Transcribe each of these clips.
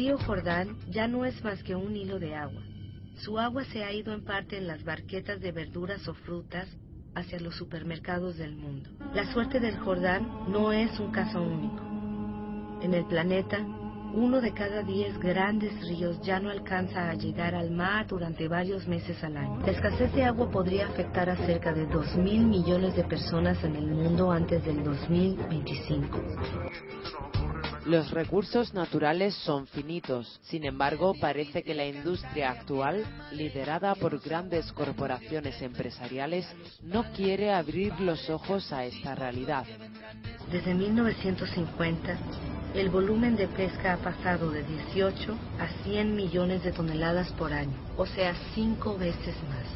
río Jordán ya no es más que un hilo de agua. Su agua se ha ido en parte en las barquetas de verduras o frutas hacia los supermercados del mundo. La suerte del Jordán no es un caso único. En el planeta, 1 de cada 10 grandes ríos ya no alcanza a llegar al mar durante varios meses al año. La escasez de agua podría afectar a cerca de 2.000 millones de personas en el mundo antes del 2025. Los recursos naturales son finitos. Sin embargo, parece que la industria actual, liderada por grandes corporaciones empresariales, no quiere abrir los ojos a esta realidad. Desde 1950, el volumen de pesca ha pasado de 18 a 100 millones de toneladas por año, o sea, 5 veces más.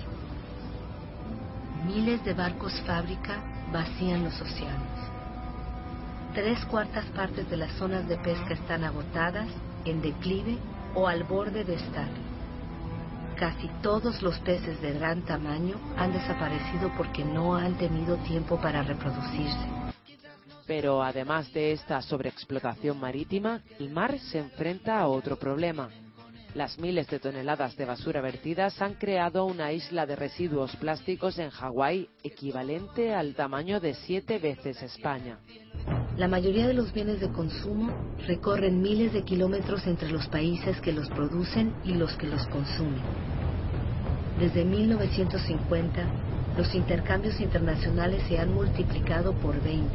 Miles de barcos fábrica vacían los océanos. 3/4 partes de las zonas de pesca están agotadas, en declive o al borde de estallo. Casi todos los peces de gran tamaño han desaparecido porque no han tenido tiempo para reproducirse. Pero además de esta sobreexplotación marítima, el mar se enfrenta a otro problema. Las miles de toneladas de basura vertidas han creado una isla de residuos plásticos en Hawái equivalente al tamaño de 7 veces España. La mayoría de los bienes de consumo recorren miles de kilómetros entre los países que los producen y los que los consumen. Desde 1950, los intercambios internacionales se han multiplicado por 20.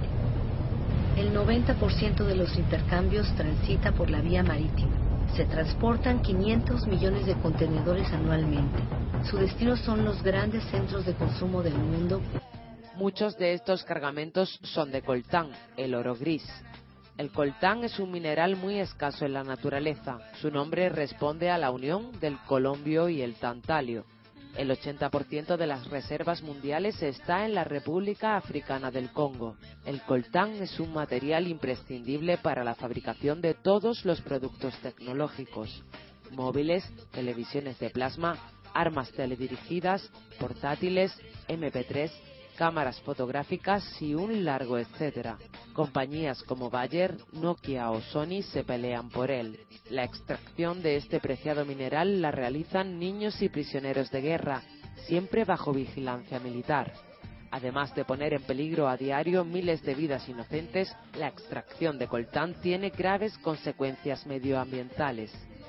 El 90% de los intercambios transita por la vía marítima. Se transportan 500 millones de contenedores anualmente. Su destino son los grandes centros de consumo del mundo. Muchos de estos cargamentos son de coltán, el oro gris. El coltán es un mineral muy escaso en la naturaleza. Su nombre responde a la unión del colombio y el tantalio. El 80% de las reservas mundiales está en la República Africana del Congo. El coltán es un material imprescindible para la fabricación de todos los productos tecnológicos: móviles, televisiones de plasma, armas teledirigidas, portátiles, MP3, cámaras fotográficas y un largo etcétera. Compañías como Bayer, Nokia o Sony se pelean por él. La extracción de este preciado mineral la realizan niños y prisioneros de guerra, siempre bajo vigilancia militar. Además de poner en peligro a diario miles de vidas inocentes, la extracción de coltán tiene graves consecuencias medioambientales.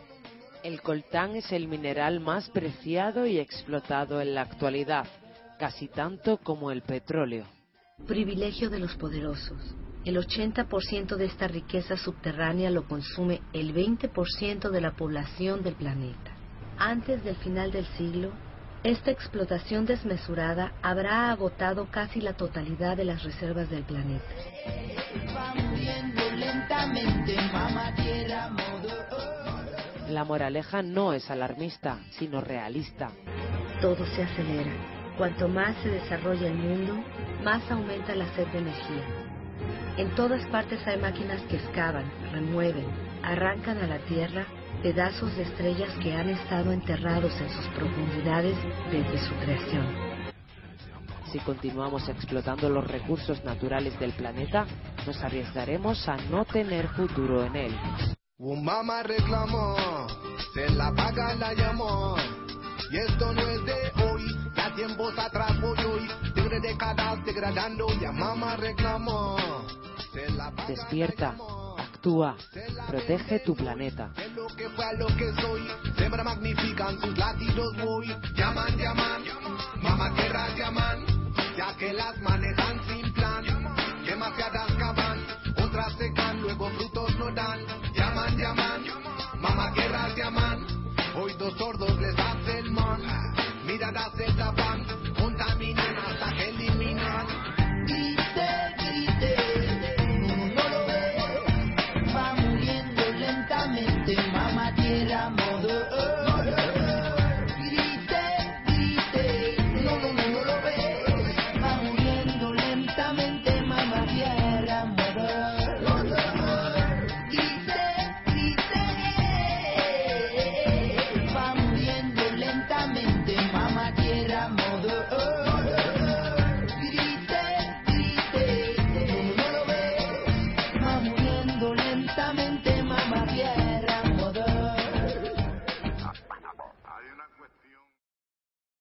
El coltán es el mineral más preciado y explotado en la actualidad, casi tanto como el petróleo. Privilegio de los poderosos. El 80% de esta riqueza subterránea lo consume el 20% de la población del planeta. Antes del final del siglo, esta explotación desmesurada habrá agotado casi la totalidad de las reservas del planeta. La moraleja no es alarmista, sino realista. Todo se acelera. Cuanto más se desarrolla el mundo, más aumenta la sed de energía. En todas partes hay máquinas que excavan, remueven, arrancan a la Tierra pedazos de estrellas que han estado enterrados en sus profundidades desde su creación. Si continuamos explotando los recursos naturales del planeta, nos arriesgaremos a no tener futuro en él. Mamá reclamó, se la paga la llamó, y esto no es de hoy, ya tiempos atrás voy hoy, de décadas degradando, ya mamá reclamó. Despierta, actúa, protege tu planeta. De lo que fue a lo que soy, siempre magnifican sus latidos voy, llaman, mamá tierras llaman, ya que las manejan sin plan, demasiadas cavan, otras secan, luego frutos no dan, llaman, mamá tierras llaman, hoy dos sordos les hacen mal, miradas se tapan.